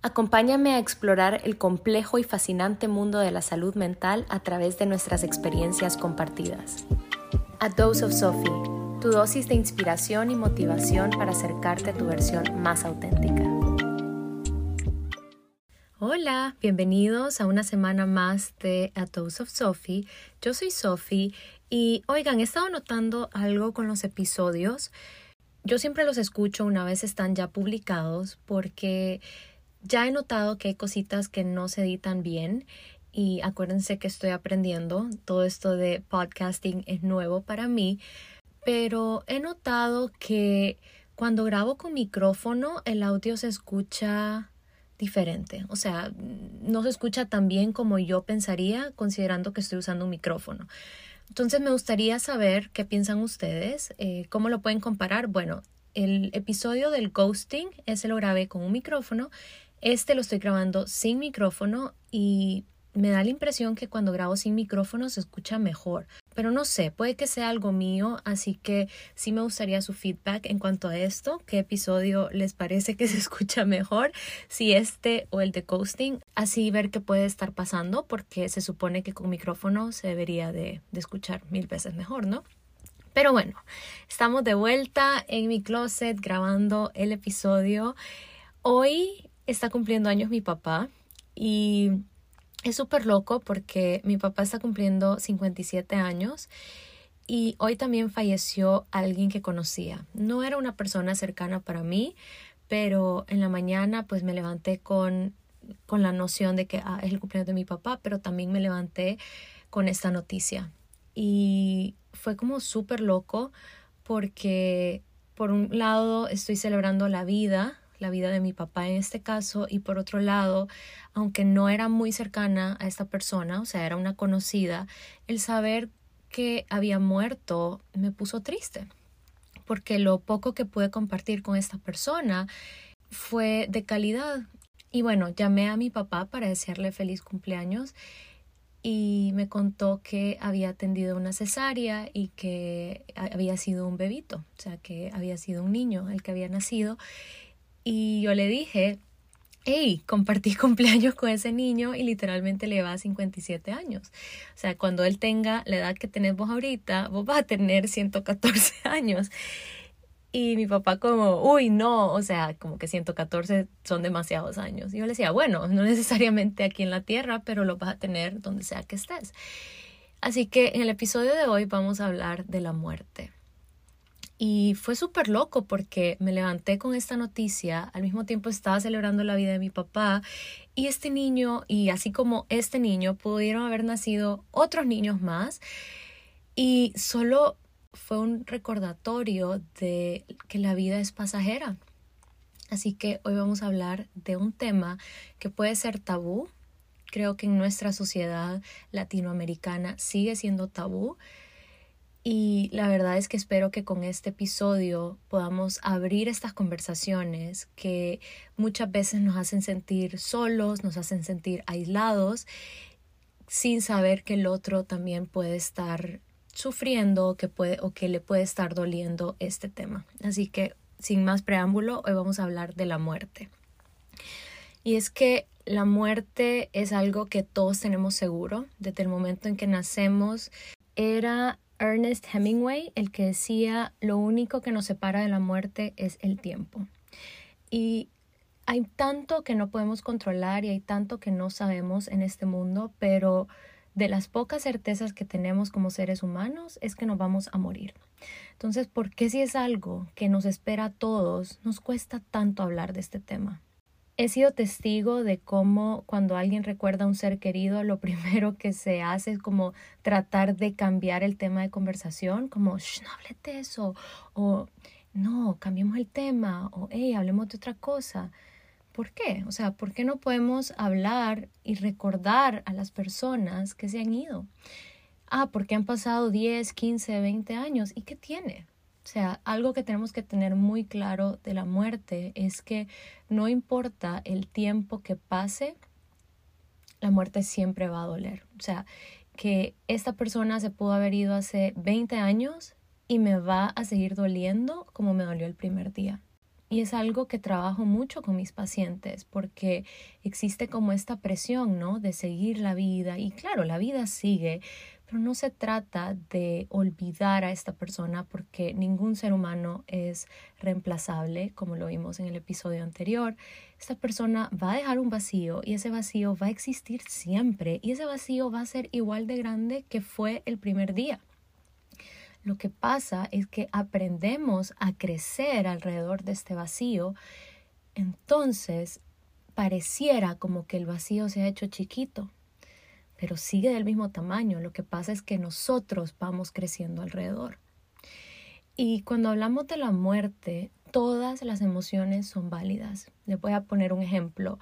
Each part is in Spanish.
Acompáñame a explorar el complejo y fascinante mundo de la salud mental a través de nuestras experiencias compartidas. A Dose of Sophie, tu dosis de inspiración y motivación para acercarte a tu versión más auténtica. Hola, bienvenidos a una semana más de A Dose of Sophie. Yo soy Sophie y oigan, he estado notando algo con los episodios. Yo siempre los escucho una vez están ya publicados porque ya he notado que hay cositas que no se editan bien y acuérdense que estoy aprendiendo. Todo esto de podcasting es nuevo para mí, pero he notado que cuando grabo con micrófono el audio se escucha diferente. O sea, no se escucha tan bien como yo pensaría considerando que estoy usando un micrófono. Entonces me gustaría saber qué piensan ustedes, cómo lo pueden comparar. Bueno, el episodio del ghosting, ese lo grabé con un micrófono. Este lo estoy grabando sin micrófono y me da la impresión que cuando grabo sin micrófono se escucha mejor. Pero no sé, puede que sea algo mío, así que sí me gustaría su feedback en cuanto a esto. ¿Qué episodio les parece que se escucha mejor? Si este o el de ghosting. Así ver qué puede estar pasando, porque se supone que con micrófono se debería de escuchar 1000 veces mejor, ¿no? Pero bueno, estamos de vuelta en mi closet grabando el episodio. Hoy está cumpliendo años mi papá y es súper loco porque mi papá está cumpliendo 57 años y hoy también falleció alguien que conocía. No era una persona cercana para mí, pero en la mañana pues me levanté con la noción de que es el cumpleaños de mi papá, pero también me levanté con esta noticia. Y fue como súper loco porque por un lado estoy celebrando la vida de mi papá en este caso, y por otro lado, aunque no era muy cercana a esta persona, o sea, era una conocida, el saber que había muerto me puso triste, porque lo poco que pude compartir con esta persona fue de calidad. Y bueno, llamé a mi papá para desearle feliz cumpleaños y me contó que había atendido una cesárea y que había sido un bebito, o sea, que había sido un niño el que había nacido. Y yo le dije, hey, compartí cumpleaños con ese niño y literalmente le va 57 años. O sea, cuando él tenga la edad que tenés vos ahorita, vos vas a tener 114 años. Y mi papá como, uy, no, o sea, como que 114 son demasiados años. Y yo le decía, bueno, no necesariamente aquí en la tierra, pero lo vas a tener donde sea que estés. Así que en el episodio de hoy vamos a hablar de la muerte. Y fue súper loco porque me levanté con esta noticia, al mismo tiempo estaba celebrando la vida de mi papá y este niño, y así como este niño, pudieron haber nacido otros niños más y solo fue un recordatorio de que la vida es pasajera. Así que hoy vamos a hablar de un tema que puede ser tabú. Creo que en nuestra sociedad latinoamericana sigue siendo tabú. Y la verdad es que espero que con este episodio podamos abrir estas conversaciones que muchas veces nos hacen sentir solos, nos hacen sentir aislados, sin saber que el otro también puede estar sufriendo o que le puede estar doliendo este tema. Así que, sin más preámbulo, hoy vamos a hablar de la muerte. Y es que la muerte es algo que todos tenemos seguro. Desde el momento en que nacemos, era Ernest Hemingway el que decía, lo único que nos separa de la muerte es el tiempo. Y hay tanto que no podemos controlar y hay tanto que no sabemos en este mundo, pero de las pocas certezas que tenemos como seres humanos es que nos vamos a morir. Entonces, ¿por qué si es algo que nos espera a todos, nos cuesta tanto hablar de este tema? He sido testigo de cómo cuando alguien recuerda a un ser querido, lo primero que se hace es como tratar de cambiar el tema de conversación, como, no hables de eso, o no, cambiemos el tema, o hey, hablemos de otra cosa. ¿Por qué? O sea, ¿por qué no podemos hablar y recordar a las personas que se han ido? Porque han pasado 10, 15, 20 años. ¿Y qué tiene? O sea, algo que tenemos que tener muy claro de la muerte es que no importa el tiempo que pase, la muerte siempre va a doler. O sea, que esta persona se pudo haber ido hace 20 años y me va a seguir doliendo como me dolió el primer día. Y es algo que trabajo mucho con mis pacientes porque existe como esta presión, ¿no? De seguir la vida. Y claro, la vida sigue, pero no se trata de olvidar a esta persona porque ningún ser humano es reemplazable, como lo vimos en el episodio anterior. Esta persona va a dejar un vacío y ese vacío va a existir siempre y ese vacío va a ser igual de grande que fue el primer día. Lo que pasa es que aprendemos a crecer alrededor de este vacío, entonces pareciera como que el vacío se ha hecho chiquito, pero sigue del mismo tamaño. Lo que pasa es que nosotros vamos creciendo alrededor. Y cuando hablamos de la muerte, todas las emociones son válidas. Les voy a poner un ejemplo.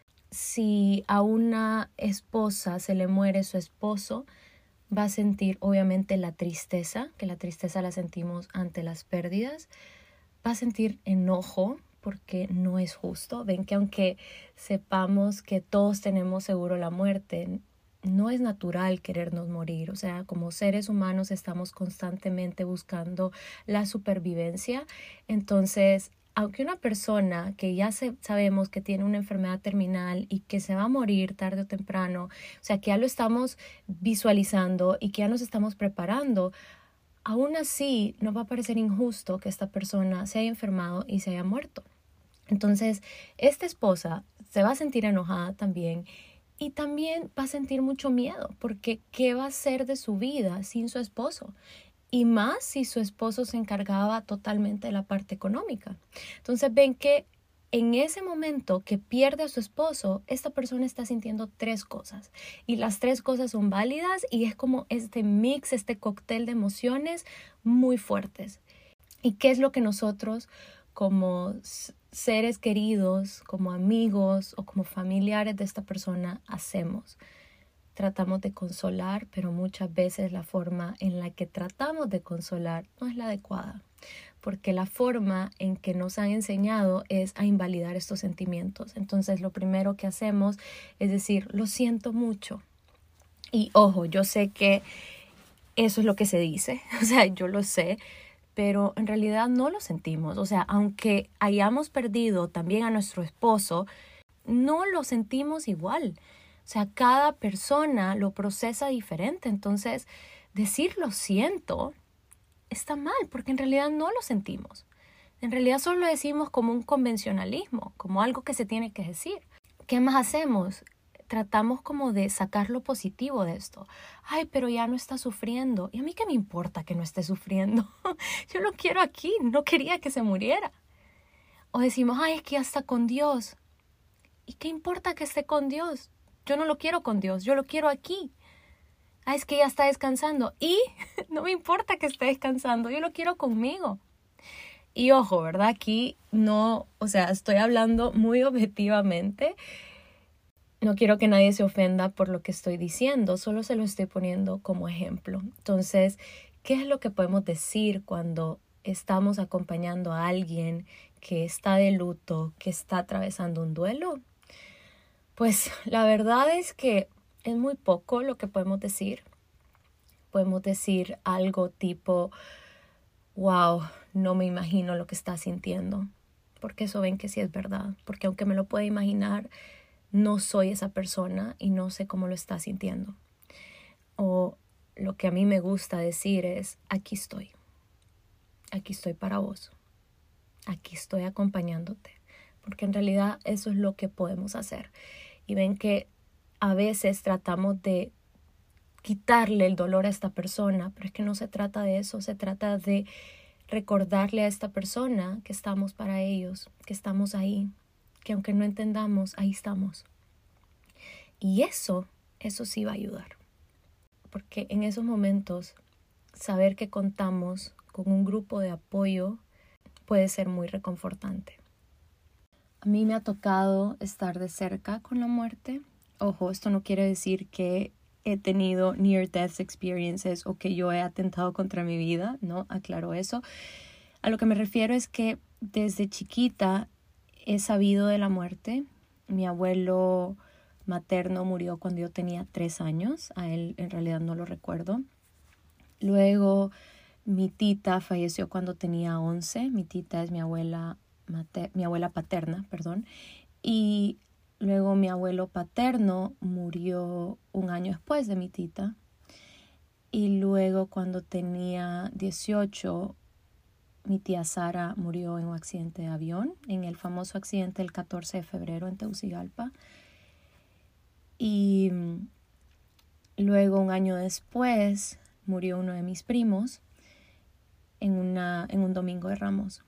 Si a una esposa se le muere su esposo, va a sentir obviamente la tristeza, que la tristeza la sentimos ante las pérdidas. Va a sentir enojo porque no es justo. Ven que aunque sepamos que todos tenemos seguro la muerte, no es natural querernos morir. O sea, como seres humanos estamos constantemente buscando la supervivencia. Entonces, aunque una persona que ya sabemos que tiene una enfermedad terminal y que se va a morir tarde o temprano, o sea, que ya lo estamos visualizando y que ya nos estamos preparando, aún así nos va a parecer injusto que esta persona se haya enfermado y se haya muerto. Entonces, esta esposa se va a sentir enojada también y también va a sentir mucho miedo porque ¿qué va a hacer de su vida sin su esposo? Y más si su esposo se encargaba totalmente de la parte económica. Entonces ven que en ese momento que pierde a su esposo, esta persona está sintiendo tres cosas. Y las tres cosas son válidas y es como este mix, este cóctel de emociones muy fuertes. ¿Y qué es lo que nosotros como seres queridos, como amigos o como familiares de esta persona hacemos? Tratamos de consolar, pero muchas veces la forma en la que tratamos de consolar no es la adecuada, porque la forma en que nos han enseñado es a invalidar estos sentimientos. Entonces, lo primero que hacemos es decir, lo siento mucho. Y ojo, yo sé que eso es lo que se dice, o sea, yo lo sé, pero en realidad no lo sentimos. O sea, aunque hayamos perdido también a nuestro esposo, no lo sentimos igual. O sea, cada persona lo procesa diferente. Entonces, decir lo siento está mal porque en realidad no lo sentimos. En realidad solo lo decimos como un convencionalismo, como algo que se tiene que decir. ¿Qué más hacemos? Tratamos como de sacar lo positivo de esto. Ay, pero ya no está sufriendo. ¿Y a mí qué me importa que no esté sufriendo? Yo lo quiero aquí, no quería que se muriera. O decimos, ay, es que ya está con Dios. ¿Y qué importa que esté con Dios? Yo no lo quiero con Dios, yo lo quiero aquí. Ah, es que ya está descansando. Y no me importa que esté descansando, yo lo quiero conmigo. Y ojo, ¿verdad? Aquí no, o sea, estoy hablando muy objetivamente. No quiero que nadie se ofenda por lo que estoy diciendo, solo se lo estoy poniendo como ejemplo. Entonces, ¿qué es lo que podemos decir cuando estamos acompañando a alguien que está de luto, que está atravesando un duelo? Pues la verdad es que es muy poco lo que podemos decir. Podemos decir algo tipo, wow, no me imagino lo que está sintiendo. Porque eso ven que sí es verdad. Porque aunque me lo pueda imaginar, no soy esa persona y no sé cómo lo está sintiendo. O lo que a mí me gusta decir es, aquí estoy. Aquí estoy para vos. Aquí estoy acompañándote. Porque en realidad eso es lo que podemos hacer. Y ven que a veces tratamos de quitarle el dolor a esta persona, pero es que no se trata de eso, se trata de recordarle a esta persona que estamos para ellos, que estamos ahí, que aunque no entendamos, ahí estamos. Y eso sí va a ayudar, porque en esos momentos saber que contamos con un grupo de apoyo puede ser muy reconfortante. A mí me ha tocado estar de cerca con la muerte. Ojo, esto no quiere decir que he tenido near death experiences o que yo he atentado contra mi vida, ¿no? Aclaro eso. A lo que me refiero es que desde chiquita he sabido de la muerte. Mi abuelo materno murió cuando yo tenía 3 años. A él en realidad no lo recuerdo. Luego mi tita falleció cuando tenía 11. Mi tita es mi abuela mi abuela paterna, perdón, y luego mi abuelo paterno murió un año después de mi tita. Y luego cuando tenía 18, mi tía Sara murió en un accidente de avión, en el famoso accidente del 14 de febrero en Tegucigalpa. Y luego un año después murió uno de mis primos en un domingo de Ramos.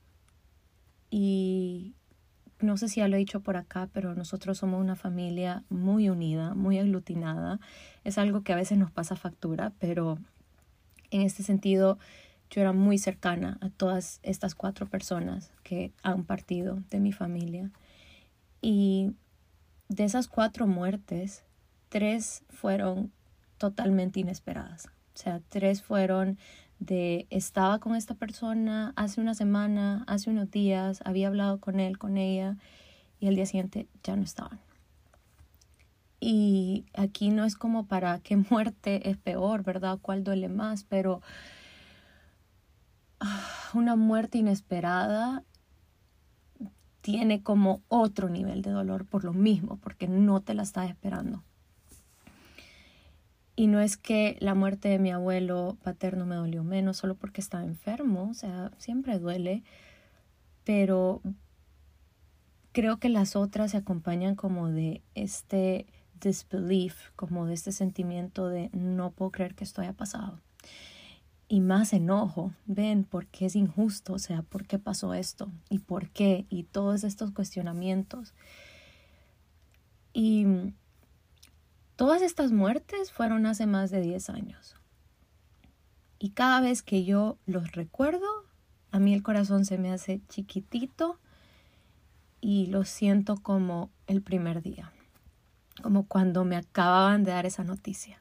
Y no sé si ya lo he dicho por acá, pero nosotros somos una familia muy unida, muy aglutinada. Es algo que a veces nos pasa factura, pero en este sentido yo era muy cercana a todas estas 4 personas que han partido de mi familia. Y de esas 4 muertes, 3 fueron totalmente inesperadas. O sea, 3 fueron de estaba con esta persona hace una semana, hace unos días, había hablado con él, con ella, y al día siguiente ya no estaban. Y aquí no es como para qué muerte es peor, ¿verdad? ¿Cuál duele más? Pero una muerte inesperada tiene como otro nivel de dolor por lo mismo, porque no te la estás esperando. Y no es que la muerte de mi abuelo paterno me dolió menos solo porque estaba enfermo, o sea, siempre duele, pero creo que las otras se acompañan como de este disbelief, como de este sentimiento de no puedo creer que esto haya pasado. Y más enojo, ven, porque es injusto, o sea, ¿por qué pasó esto? ¿Y por qué? Y todos estos cuestionamientos. Y todas estas muertes fueron hace más de 10 años. Y cada vez que yo los recuerdo, a mí el corazón se me hace chiquitito y lo siento como el primer día, como cuando me acababan de dar esa noticia.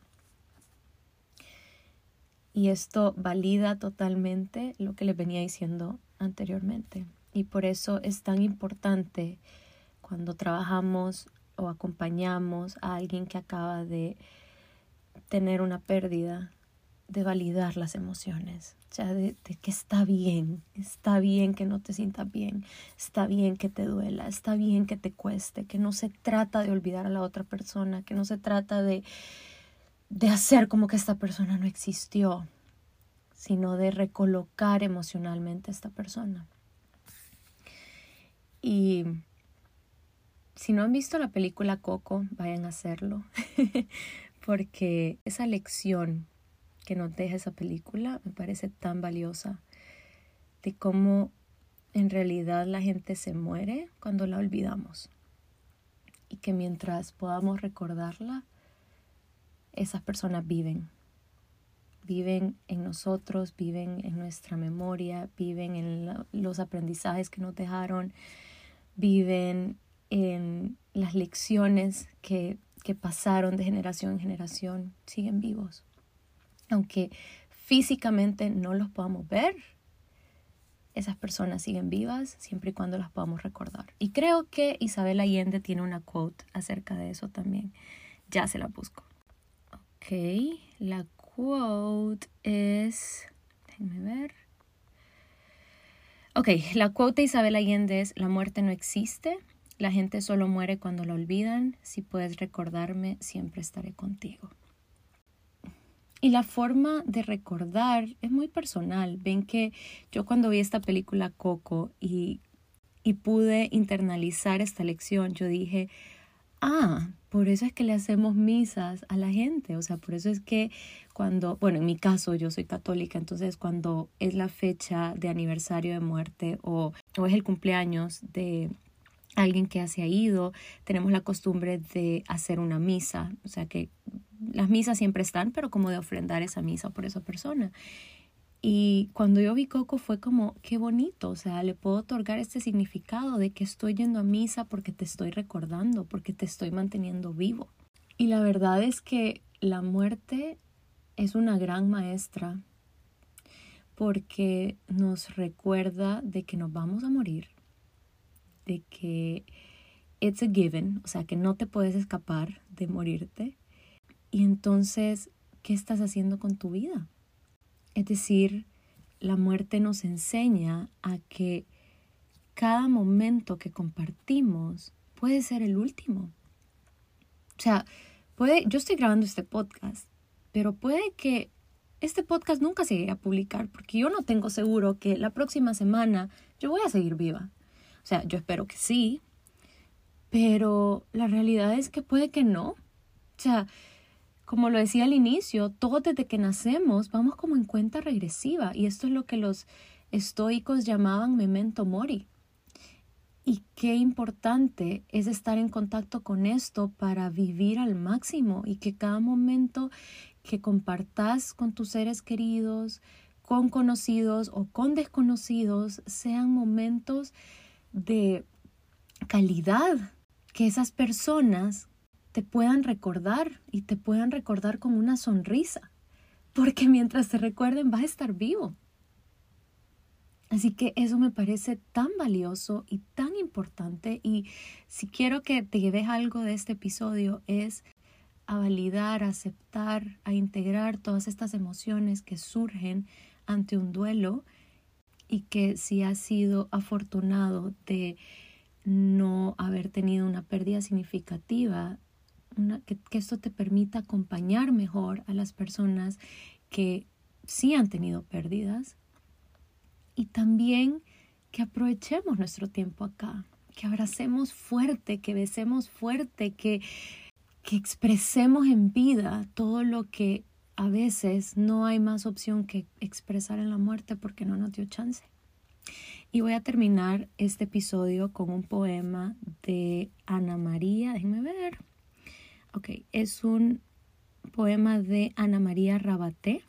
Y esto valida totalmente lo que les venía diciendo anteriormente. Y por eso es tan importante cuando trabajamos o acompañamos a alguien que acaba de tener una pérdida, de validar las emociones. O sea, de que está bien que no te sientas bien, está bien que te duela, está bien que te cueste, que no se trata de olvidar a la otra persona, que no se trata de hacer como que esta persona no existió, sino de recolocar emocionalmente a esta persona. Y si no han visto la película Coco, vayan a hacerlo, porque esa lección que nos deja esa película me parece tan valiosa, de cómo en realidad la gente se muere cuando la olvidamos, y que mientras podamos recordarla, esas personas viven en nosotros, viven en nuestra memoria, viven en los aprendizajes que nos dejaron, viven en las lecciones que pasaron de generación en generación, siguen vivos. Aunque físicamente no los podamos ver, esas personas siguen vivas siempre y cuando las podamos recordar. Y creo que Isabel Allende tiene una quote acerca de eso también. Ya se la busco. Ok, la quote es... déjenme ver. Ok, la quote de Isabel Allende es: la muerte no existe, la gente solo muere cuando la olvidan. Si puedes recordarme, siempre estaré contigo. Y la forma de recordar es muy personal. Ven que yo cuando vi esta película Coco y pude internalizar esta lección, yo dije, por eso es que le hacemos misas a la gente. O sea, por eso es que cuando, bueno, en mi caso yo soy católica, entonces cuando es la fecha de aniversario de muerte o es el cumpleaños de alguien que se ha ido, tenemos la costumbre de hacer una misa. O sea que las misas siempre están, pero como de ofrendar esa misa por esa persona. Y cuando yo vi Coco fue como, qué bonito, o sea, le puedo otorgar este significado de que estoy yendo a misa porque te estoy recordando, porque te estoy manteniendo vivo. Y la verdad es que la muerte es una gran maestra porque nos recuerda de que nos vamos a morir, de que it's a given, o sea, que no te puedes escapar de morirte. Y entonces, ¿qué estás haciendo con tu vida? Es decir, la muerte nos enseña a que cada momento que compartimos puede ser el último. O sea, yo estoy grabando este podcast, pero puede que este podcast nunca se llegue a publicar porque yo no tengo seguro que la próxima semana yo voy a seguir viva. O sea, yo espero que sí, pero la realidad es que puede que no. O sea, como lo decía al inicio, todos desde que nacemos vamos como en cuenta regresiva y esto es lo que los estoicos llamaban memento mori. Y qué importante es estar en contacto con esto para vivir al máximo y que cada momento que compartas con tus seres queridos, con conocidos o con desconocidos, sean momentos de calidad, que esas personas te puedan recordar y te puedan recordar con una sonrisa, porque mientras te recuerden vas a estar vivo. Así que eso me parece tan valioso y tan importante, y si quiero que te lleves algo de este episodio es a validar, a aceptar, a integrar todas estas emociones que surgen ante un duelo, y que si has sido afortunado de no haber tenido una pérdida significativa, que esto te permita acompañar mejor a las personas que sí han tenido pérdidas. Y también que aprovechemos nuestro tiempo acá, que abracemos fuerte, que besemos fuerte, que expresemos en vida todo lo que a veces no hay más opción que expresar en la muerte porque no nos dio chance. Y voy a terminar este episodio con un poema de Ana María, déjenme ver. Ok, es un poema de Ana María Rabaté.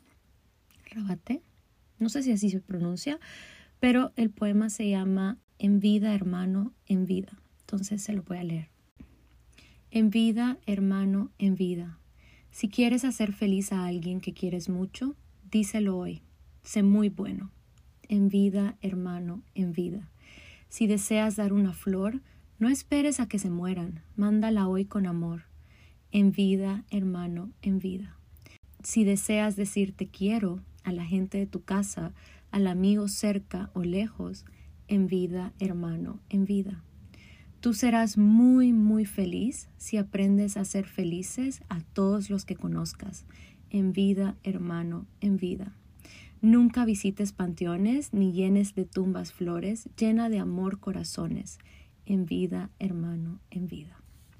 No sé si así se pronuncia, pero el poema se llama En vida, hermano, en vida. Entonces se lo voy a leer. En vida, hermano, en vida. Si quieres hacer feliz a alguien que quieres mucho, díselo hoy. Sé muy bueno. En vida, hermano, en vida. Si deseas dar una flor, no esperes a que se mueran. Mándala hoy con amor. En vida, hermano, en vida. Si deseas decir te quiero a la gente de tu casa, al amigo cerca o lejos, en vida, hermano, en vida. Tú serás muy, muy feliz si aprendes a ser felices a todos los que conozcas. En vida, hermano, en vida. Nunca visites panteones ni llenes de tumbas flores, llena de amor corazones. En vida, hermano, en vida.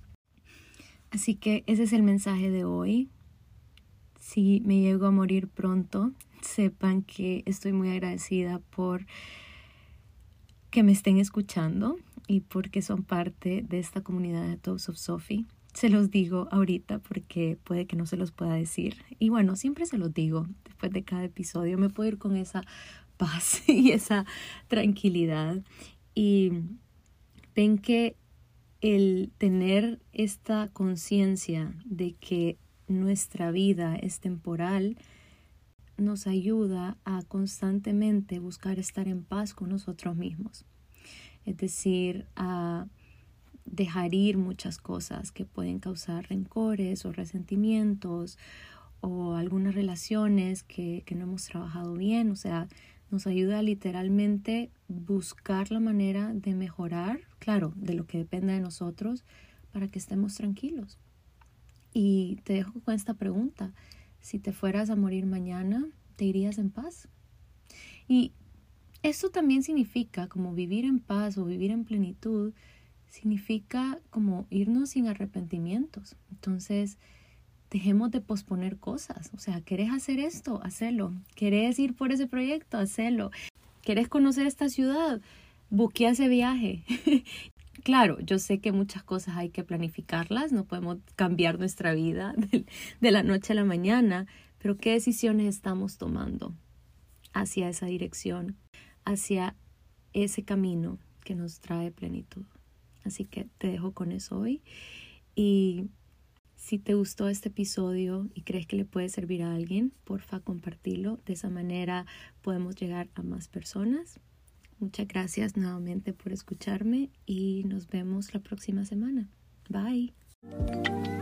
Así que ese es el mensaje de hoy. Si me llego a morir pronto, sepan que estoy muy agradecida por que me estén escuchando y porque son parte de esta comunidad de Dose of Sophie. Se los digo ahorita porque puede que no se los pueda decir. Y bueno, siempre se los digo después de cada episodio. Me puedo ir con esa paz y esa tranquilidad. Y ven que el tener esta conciencia de que nuestra vida es temporal nos ayuda a constantemente buscar estar en paz con nosotros mismos. Es decir, a dejar ir muchas cosas que pueden causar rencores o resentimientos o algunas relaciones que no hemos trabajado bien. O sea, nos ayuda literalmente buscar la manera de mejorar, claro, de lo que dependa de nosotros, para que estemos tranquilos. Y te dejo con esta pregunta. Si te fueras a morir mañana, ¿te irías en paz? Y esto también significa como vivir en paz o vivir en plenitud, significa como irnos sin arrepentimientos. Entonces, dejemos de posponer cosas. O sea, ¿querés hacer esto? Hacelo. ¿Querés ir por ese proyecto? Hacelo. ¿Querés conocer esta ciudad? Buquea ese viaje. Claro, yo sé que muchas cosas hay que planificarlas, no podemos cambiar nuestra vida de la noche a la mañana, pero ¿qué decisiones estamos tomando hacia esa dirección, hacia ese camino que nos trae plenitud? Así que te dejo con eso hoy, y si te gustó este episodio y crees que le puede servir a alguien, porfa, compartilo. De esa manera podemos llegar a más personas. Muchas gracias nuevamente por escucharme y nos vemos la próxima semana. Bye.